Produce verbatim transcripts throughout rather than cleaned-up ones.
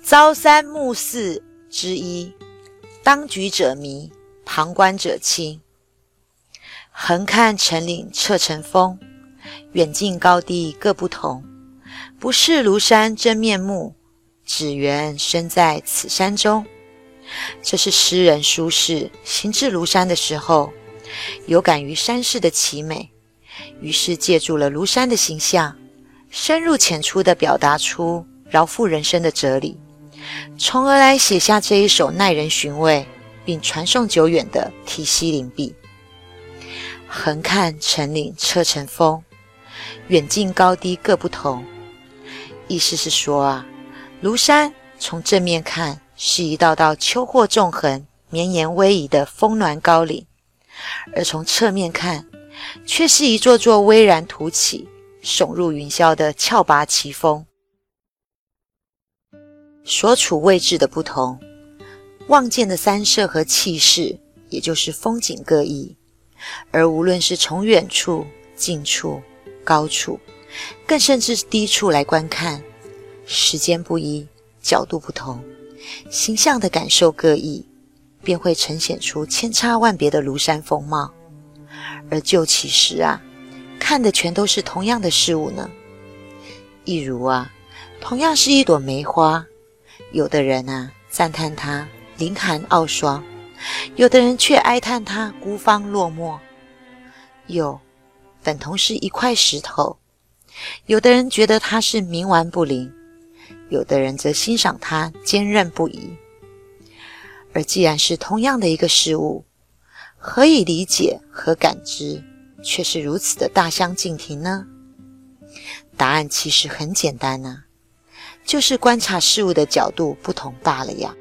朝三暮四之一，当局者迷，旁观者清。横看成岭侧成峰，远近高低各不同。不识庐山真面目，只缘身在此山中。这是诗人苏轼行至庐山的时候，有感于山势的奇美，于是借助了庐山的形象，深入浅出地表达出饶富人生的哲理，从而来写下这一首耐人寻味并传颂久远的题西林壁。横看成岭侧成峰，远近高低各不同。意思是说啊，庐山从正面看是一道道秋壑纵横、绵延逶迤的峰峦高岭，而从侧面看却是一座座巍然凸起、耸入云霄的峭拔奇峰。所处位置的不同，望见的山色和气势，也就是风景各异。而无论是从远处、近处、高处，更甚至低处来观看，时间不一，角度不同，形象的感受各异，便会呈现出千差万别的庐山风貌。而就其实啊，看的全都是同样的事物呢。一如啊，同样是一朵梅花，有的人啊赞叹它凌寒傲霜，有的人却哀叹它孤芳落寞。又等同是一块石头，有的人觉得它是冥顽不灵，有的人则欣赏它坚韧不移。而既然是同样的一个事物，何以理解和感知却是如此的大相径庭呢？答案其实很简单啊，就是观察事物的角度不同罢了呀。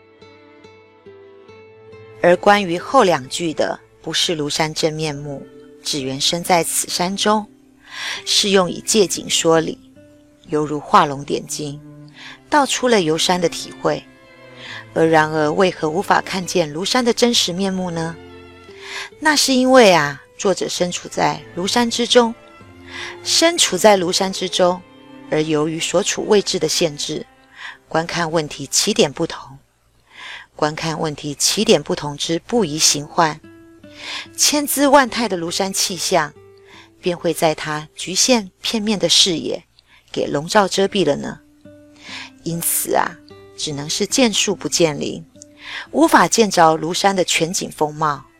而关于后两句的不识庐山真面目，只缘身在此山中，是用以借景说理，犹如画龙点睛，道出了游山的体会。而然而为何无法看见庐山的真实面目呢？那是因为啊，作者身处在庐山之中，身处在庐山之中，而由于所处位置的限制，观看问题起点不同。观看问题起点不同之不宜形幻，千姿万态的庐山气象，便会在它局限片面的视野给笼罩遮蔽了呢。因此啊，只能是见树不见林，无法见着庐山的全景风貌。